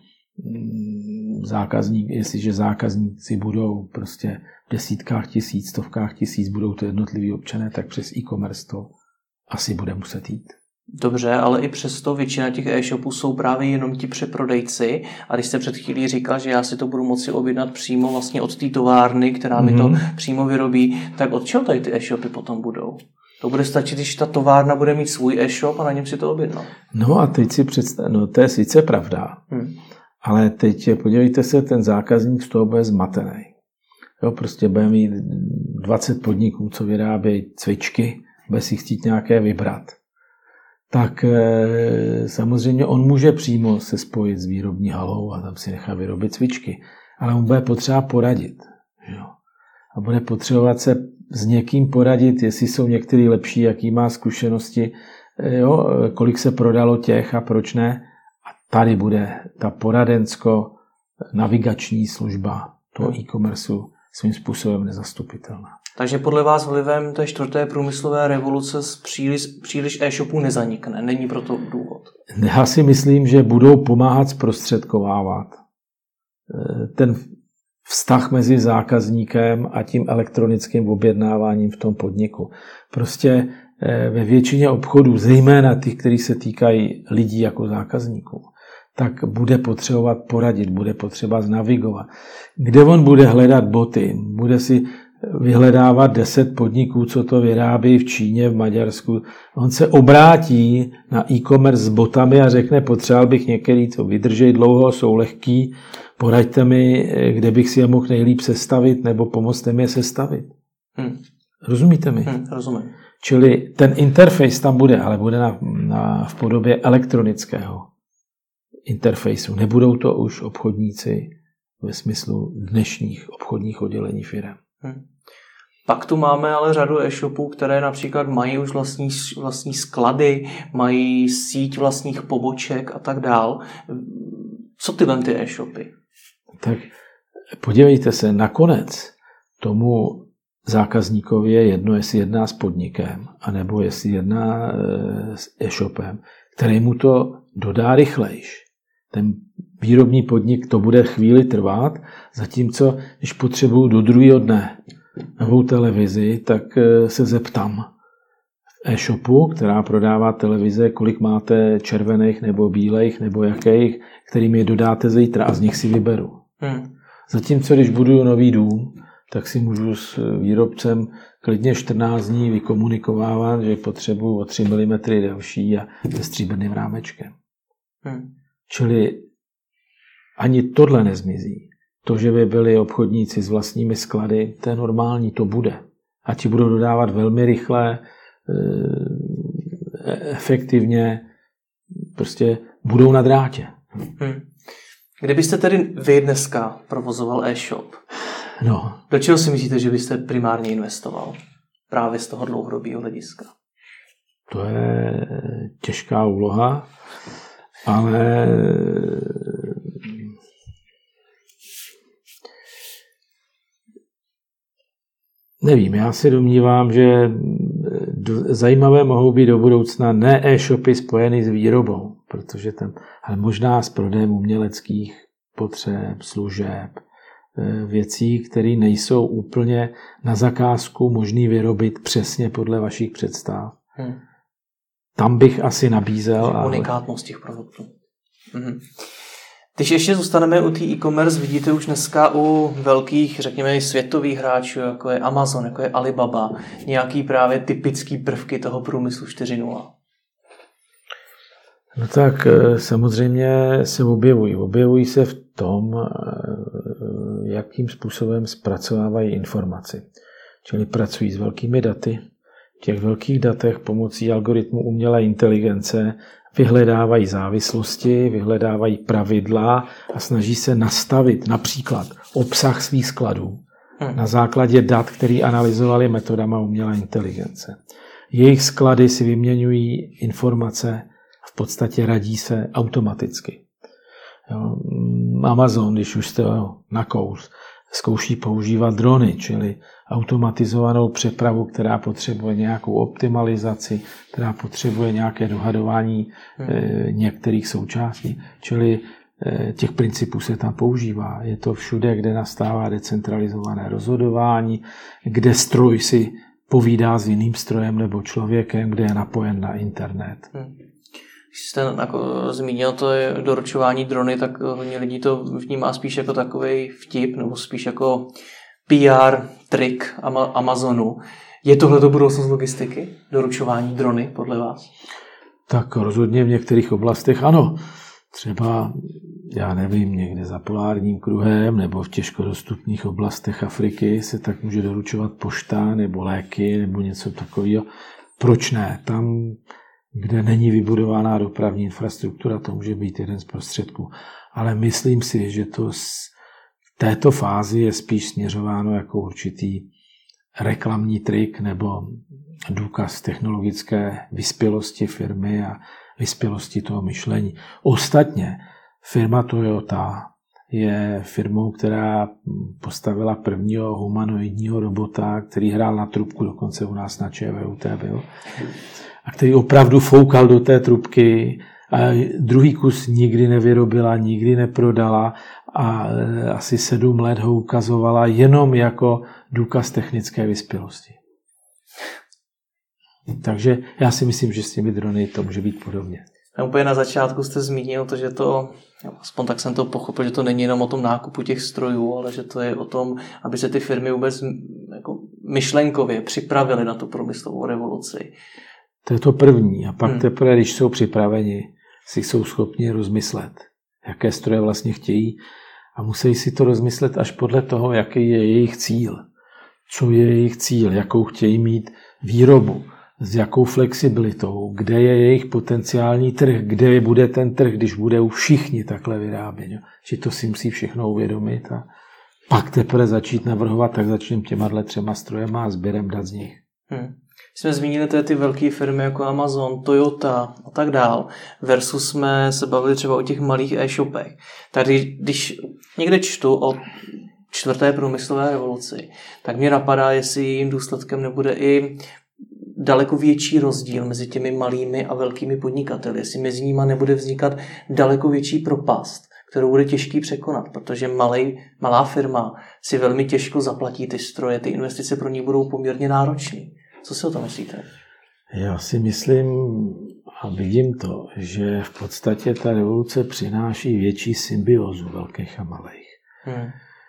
zákazník, jestliže zákazníci budou prostě v desítkách tisíc, stovkách tisíc, budou to jednotliví občané, tak přes e-commerce to asi bude muset jít. Dobře, ale i přesto většina těch e-shopů jsou právě jenom ti přeprodejci a když jste před chvílí říkal, že já si to budu moci objednat přímo vlastně od té továrny, která mi to mm-hmm. přímo vyrobí, tak od čeho tady ty e-shopy potom budou? To bude stačit, když ta továrna bude mít svůj e-shop a na něm si to objednat. No a teď si představ, no to je sice pravda, hmm. ale teď podívejte se, ten zákazník z toho bude zmatený. Jo, prostě bude mít dvacet podniků, co vyrábějí cvičky, bude si chtít nějaké vybrat. Tak e, samozřejmě on může přímo se spojit s výrobní halou a tam si nechá vyrobit cvičky. Ale on bude potřeba poradit. Jo. A bude potřebovat se s někým poradit, jestli jsou některý lepší, jaký má zkušenosti, jo, kolik se prodalo těch a proč ne. A tady bude ta poradensko-navigační služba toho e-commerceu svým způsobem nezastupitelná. Takže podle vás vlivem té čtvrté průmyslové revoluce příliš, příliš e-shopů nezanikne. Není proto důvod. Já si myslím, že budou pomáhat zprostředkovávat ten vztah mezi zákazníkem a tím elektronickým objednáváním v tom podniku. Prostě ve většině obchodů, zejména těch, kteří se týkají lidí jako zákazníků, tak bude potřebovat poradit, bude potřeba znavigovat. Kde on bude hledat boty, bude si vyhledávat deset podniků, co to vyrábí v Číně, v Maďarsku. On se obrátí na e-commerce s botami a řekne, potřeboval bych některý, co vydrží dlouho, jsou lehký, poraďte mi, kde bych si je mohl nejlíp sestavit, nebo pomozte mi je sestavit. Hmm. Rozumíte mi? Hmm, rozumím. Čili ten interface tam bude, ale bude na, na, v podobě elektronického interfejsu. Nebudou to už obchodníci ve smyslu dnešních obchodních oddělení firem. Hmm. Pak tu máme ale řadu e-shopů, které například mají už vlastní, vlastní sklady, mají síť vlastních poboček a tak dál. Co tyhle ty e-shopy? Tak podívejte se, nakonec tomu zákazníkovi je jedno, jestli jedná s podnikem, anebo jestli jedná s e-shopem, který mu to dodá rychlejš. Ten výrobní podnik to bude chvíli trvat, zatímco když potřebuju do druhého dne novou televizi, tak se zeptám v e-shopu, která prodává televize, kolik máte červených nebo bílejch nebo jakých, kterým je dodáte zítra a z nich si vyberu. Hmm. Zatímco když budu nový dům, tak si můžu s výrobcem klidně čtrnáct dní vykomunikovávat, že potřebuju o tři milimetry delší a se stříbrným rámečkem. Hmm. Čili ani tohle nezmizí. To, že by byli obchodníci s vlastními sklady, to je normální, to bude. A ti budou dodávat velmi rychle, efektivně, prostě budou na drátě. Hmm. Kdybyste tedy vy dneska provozoval e-shop, no. do čeho si myslíte, že byste primárně investoval? Právě z toho dlouhodobého hlediska. To je těžká úloha, ale nevím, já si domnívám, že zajímavé mohou být do budoucna ne e-shopy spojeny s výrobou, protože tam, ale možná s prodejem uměleckých potřeb, služeb, věcí, které nejsou úplně na zakázku možný vyrobit přesně podle vašich představ. Hmm. Tam bych asi nabízel. Unikátnost těch produktů. Mhm. Když ještě zůstaneme u té e-commerce, vidíte už dneska u velkých, řekněme, světových hráčů, jako je Amazon, jako je Alibaba, nějaký právě typický prvky toho průmyslu čtyři tečka nula. No tak samozřejmě se objevují. Objevují se v tom, jakým způsobem zpracovávají informaci. Čili pracují s velkými daty. V těch velkých datech pomocí algoritmu umělé inteligence vyhledávají závislosti, vyhledávají pravidla a snaží se nastavit například obsah svých skladů hmm. na základě dat, který analyzovali metodama umělé inteligence. Jejich sklady si vyměňují informace, v podstatě radí se automaticky. Jo, Amazon, když už jste na kous, zkouší používat drony, čili automatizovanou přepravu, která potřebuje nějakou optimalizaci, která potřebuje nějaké dohadování hmm. e, některých součástí. Čili e, těch principů se tam používá. Je to všude, kde nastává decentralizované rozhodování, kde stroj si povídá s jiným strojem nebo člověkem, kde je napojen na internet. Hmm. Když jste jako zmínil to je doručování drony, tak hodně lidí to vnímá spíš jako takovej vtip, nebo spíš jako P R trik Amazonu. Je tohle to budoucnost logistiky? Doručování drony, podle vás? Tak rozhodně v některých oblastech ano. Třeba, já nevím, někde za polárním kruhem nebo v těžko dostupných oblastech Afriky se tak může doručovat pošta nebo léky nebo něco takového. Proč ne? Tam, kde není vybudovaná dopravní infrastruktura, to může být jeden z prostředků. Ale myslím si, že to v této fázi je spíš směřováno jako určitý reklamní trik nebo důkaz technologické vyspělosti firmy a vyspělosti toho myšlení. Ostatně firma Toyota je firmou, která postavila prvního humanoidního robota, který hrál na trubku, dokonce u nás na ČVUT byl, a který opravdu foukal do té trubky. A druhý kus nikdy nevyrobila, nikdy neprodala a asi sedm let ho ukazovala jenom jako důkaz technické vyspělosti. Takže já si myslím, že s těmi drony to může být podobně. A úplně na začátku jste zmínil to, že to, aspoň tak jsem to pochopil, že to není jenom o tom nákupu těch strojů, ale že to je o tom, aby se ty firmy vůbec jako myšlenkově připravily na tu průmyslovou revoluci. To je to první. A pak hmm. teprve, když jsou připraveni, si jsou schopni rozmyslet, jaké stroje vlastně chtějí a musí si to rozmyslet až podle toho, jaký je jejich cíl. Co je jejich cíl, jakou chtějí mít výrobu, s jakou flexibilitou, kde je jejich potenciální trh, kde bude ten trh, když budou všichni takhle vyrábět. Že to si musí všechno uvědomit a pak teprve začít navrhovat, tak začneme těma třema strojema a sběrem dat z nich. Hmm. Jsme zmínili tedy ty velké firmy jako Amazon, Toyota a tak dál, versus jsme se bavili třeba o těch malých e-shopech. Tady, když někde čtu o čtvrté průmyslové revoluci, tak mě napadá, jestli jejím důsledkem nebude i daleko větší rozdíl mezi těmi malými a velkými podnikateli, jestli mezi nimi nebude vznikat daleko větší propast, kterou bude těžký překonat, protože malej, malá firma si velmi těžko zaplatí ty stroje, ty investice pro ní budou poměrně náročné. Co si o tom myslíte? Já si myslím a vidím to, že v podstatě ta revoluce přináší větší symbiózu velkých a malých. Hmm.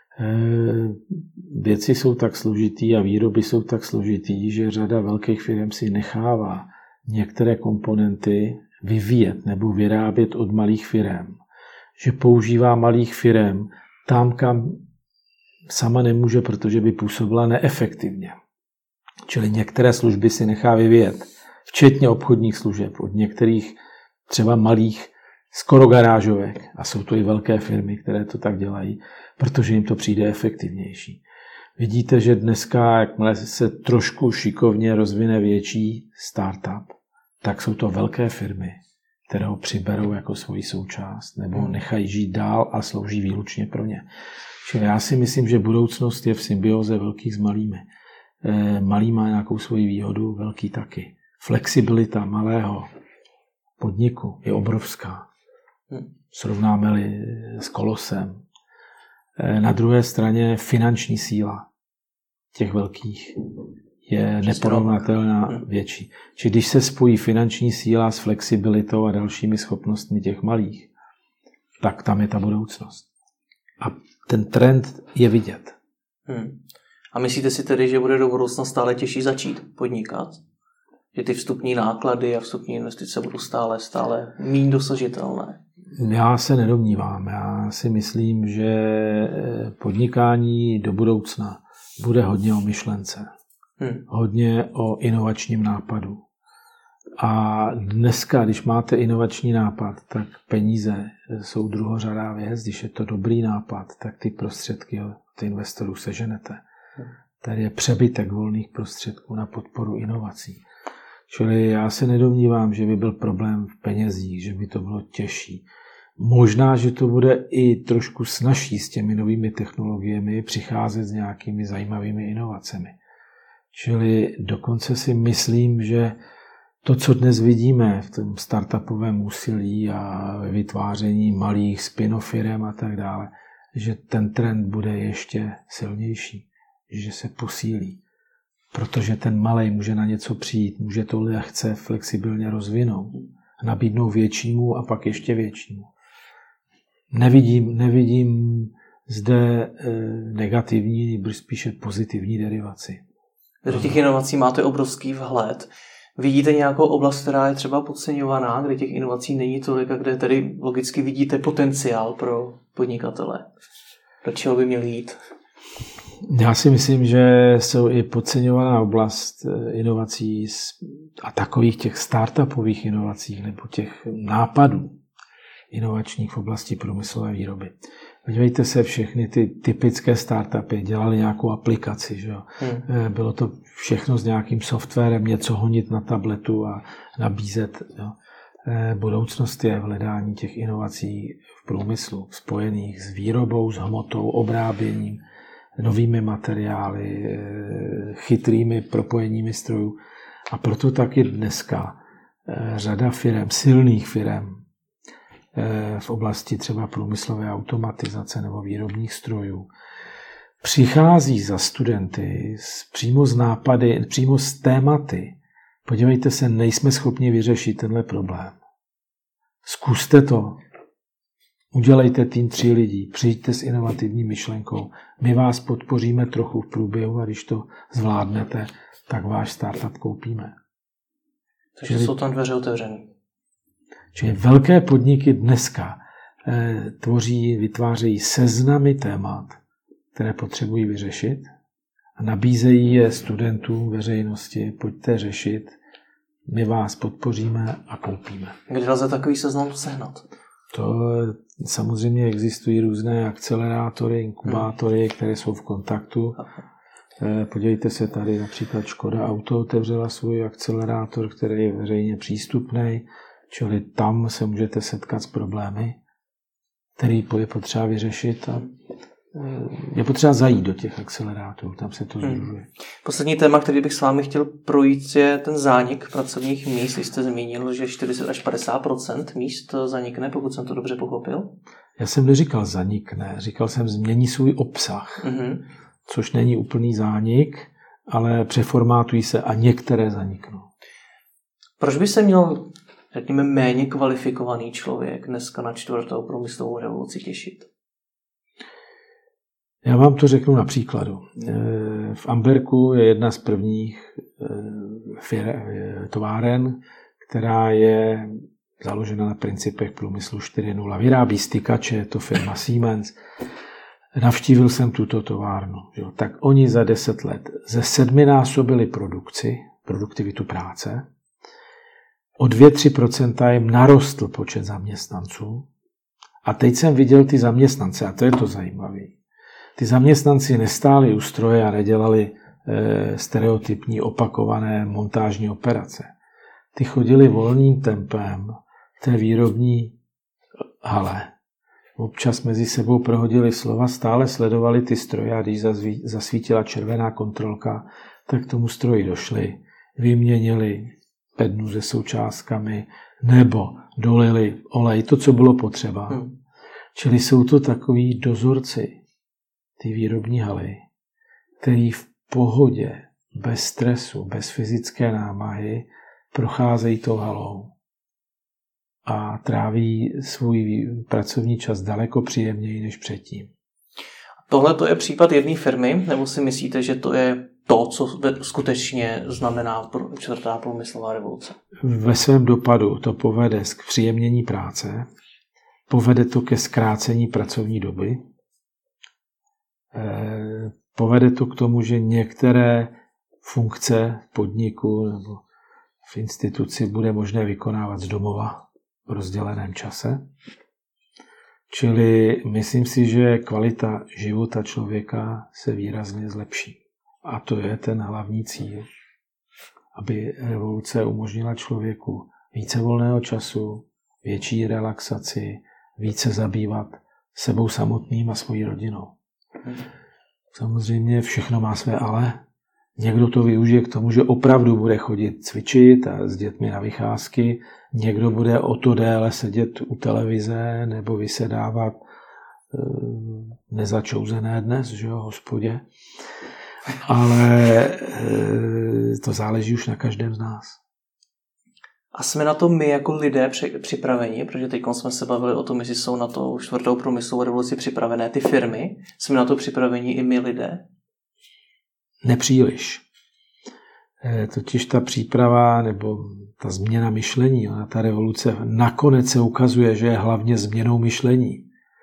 Věci jsou tak složitý a výroby jsou tak složitý, že řada velkých firm si nechává některé komponenty vyvíjet nebo vyrábět od malých firm. Že používá malých firm tam, kam sama nemůže, protože by působila neefektivně. Čili některé služby si nechá vyvíjet, včetně obchodních služeb od některých třeba malých skoro garážovek. A jsou to i velké firmy, které to tak dělají, protože jim to přijde efektivnější. Vidíte, že dneska, jakmile se trošku šikovně rozvine větší startup, tak jsou to velké firmy, které ho přiberou jako svoji součást nebo nechají žít dál a slouží výlučně pro ně. Čili já si myslím, že budoucnost je v symbioze velkých s malými. Malý má nějakou svoji výhodu, velký taky. Flexibilita malého podniku je obrovská. Srovnáme-li s kolosem. Na druhé straně finanční síla těch velkých je neporovnatelná větší. Či když se spojí finanční síla s flexibilitou a dalšími schopnostmi těch malých, tak tam je ta budoucnost. A ten trend je vidět. Hmm. A myslíte si tedy, že bude do budoucna stále těžší začít podnikat? Že ty vstupní náklady a vstupní investice budou stále, stále méně dosažitelné? Já se nedomnívám. Já si myslím, že podnikání do budoucna bude hodně o myšlence. Hmm. Hodně o inovačním nápadu. A dneska, když máte inovační nápad, tak peníze jsou druhořadá věc. Když je to dobrý nápad, tak ty prostředky od investorů seženete. Tady je přebytek volných prostředků na podporu inovací. Čili já se nedomnívám, že by byl problém v penězích, že by to bylo těžší. Možná, že to bude i trošku snazší s těmi novými technologiemi přicházet s nějakými zajímavými inovacemi. Čili dokonce si myslím, že to, co dnes vidíme v tom startupovém úsilí a vytváření malých spin-off firem a tak dále, že ten trend bude ještě silnější, že se posílí. Protože ten malej může na něco přijít, může to lehce flexibilně rozvinout, nabídnout většímu a pak ještě většímu. Nevidím, nevidím zde negativní, nebo spíše pozitivní derivaci. Do těch inovací máte obrovský vhled. Vidíte nějakou oblast, která je třeba podceňovaná, kde těch inovací není tolik a kde tedy logicky vidíte potenciál pro podnikatele? Do čeho by měli jít? Já si myslím, že jsou i podceňovaná oblast inovací a takových těch startupových inovací nebo těch nápadů inovačních v oblasti průmyslové výroby. Podívejte se, všechny ty typické startupy dělali nějakou aplikaci. Že jo? Hmm. Bylo to všechno s nějakým softwarem, něco honit na tabletu a nabízet. Jo? Budoucnost je v hledání těch inovací v průmyslu, spojených s výrobou, s hmotou, obráběním, novými materiály, chytrými propojeními strojů. A proto taky dneska řada firem, silných firem, v oblasti třeba průmyslové automatizace nebo výrobních strojů, přichází za studenty přímo z nápady, přímo z tématy. Podívejte se, nejsme schopni vyřešit tenhle problém. Zkuste to. Udělejte tým tři lidí, přijďte s inovativní myšlenkou. My vás podpoříme trochu v průběhu a když to zvládnete, tak váš startup koupíme. Takže Čili... jsou tam dveře otevřené. Čili velké podniky dneska eh, tvoří, vytvářejí seznamy témat, které potřebují vyřešit a nabízejí je studentům, veřejnosti, pojďte řešit, my vás podpoříme a koupíme. Kde lze takový seznam sehnat? To samozřejmě existují různé akcelerátory, inkubátory, hmm. které jsou v kontaktu. Eh, podívejte se tady, například Škoda Auto otevřela svůj akcelerátor, který je veřejně přístupný. Čili tam se můžete setkat s problémy, který je potřeba vyřešit a je potřeba zajít do těch akcelerátorů, tam se to združuje. Hmm. Poslední téma, který bych s vámi chtěl projít, je ten zánik pracovních míst. Vy jste zmínil, že čtyřicet až padesát procent míst zanikne, pokud jsem to dobře pochopil. Já jsem neříkal zanikne, říkal jsem změní svůj obsah, hmm. což není úplný zánik, ale přeformátují se a některé zaniknou. Proč by se měl, řekněme, méně kvalifikovaný člověk dneska na čtvrtou průmyslovou revoluci těšit? Já vám to řeknu na příkladu. V Amberku je jedna z prvních továren, která je založena na principech průmyslu čtyři tečka nula. Vyrábí stykače, je to firma Siemens. Navštívil jsem tuto továrnu. Jo. Tak oni za deset let ze sedminásobili produkci, produktivitu práce. O dvě až tři procenta jim narostl počet zaměstnanců. A teď jsem viděl ty zaměstnance, a to je to zajímavé. Ty zaměstnanci nestáli u stroje a nedělali e, stereotypní opakované montážní operace. Ty chodili volným tempem v té výrobní hale. Občas mezi sebou prohodili slova, stále sledovali ty stroje a když zazví, zasvítila červená kontrolka, tak k tomu stroji došli, vyměnili pednu se součástkami nebo dolili olej, to, co bylo potřeba. Hmm. Čili jsou to takový dozorci, ty výrobní haly, který v pohodě, bez stresu, bez fyzické námahy procházejí tou halou a tráví svůj pracovní čas daleko příjemněji než předtím. Tohle to je případ jedné firmy, nebo si myslíte, že to je to, co skutečně znamená čtvrtá průmyslová revoluce? Ve svém dopadu to povede k příjemnění práce, povede to ke zkrácení pracovní doby, povede to k tomu, že některé funkce v podniku nebo v instituci bude možné vykonávat z domova v rozděleném čase. Čili myslím si, že kvalita života člověka se výrazně zlepší. A to je ten hlavní cíl. aby revoluce umožnila člověku více volného času, větší relaxaci, více zabývat sebou samotným a svojí rodinou. Samozřejmě všechno má své ale. Někdo to využije k tomu, že opravdu bude chodit cvičit a s dětmi na vycházky. Někdo bude o to déle sedět u televize nebo vysedávat e, nezačouzené dnes, že jo, hospodě. Ale e, to záleží už na každém z nás. A jsme na to my jako lidé připraveni, protože teď jsme se bavili o tom, jestli jsou na to čtvrtou průmyslovou revoluci připravené ty firmy. Jsme na to připraveni i my lidé? Nepříliš. Totiž ta příprava nebo ta změna myšlení, ta revoluce nakonec se ukazuje, že je hlavně změnou myšlení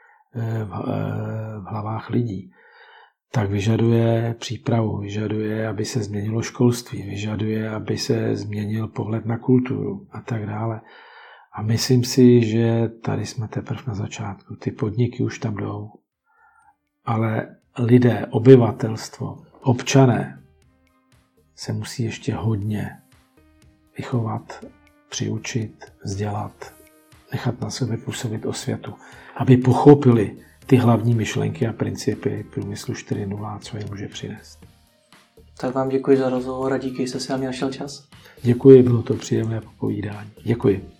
v hlavách lidí. Tak vyžaduje přípravu, vyžaduje, aby se změnilo školství, vyžaduje, aby se změnil pohled na kulturu a tak dále. A myslím si, že tady jsme teprve na začátku. Ty podniky už tam jdou. Ale lidé, obyvatelstvo, občané se musí ještě hodně vychovat, přiučit, vzdělat, nechat na sebe působit osvětu, aby pochopili ty hlavní myšlenky a principy průmyslu čtyři tečka nula, co jim může přinést. Tak vám děkuji za rozhovor a díky, že jste si na mě našel čas. Děkuji, bylo to příjemné popovídání. Děkuji.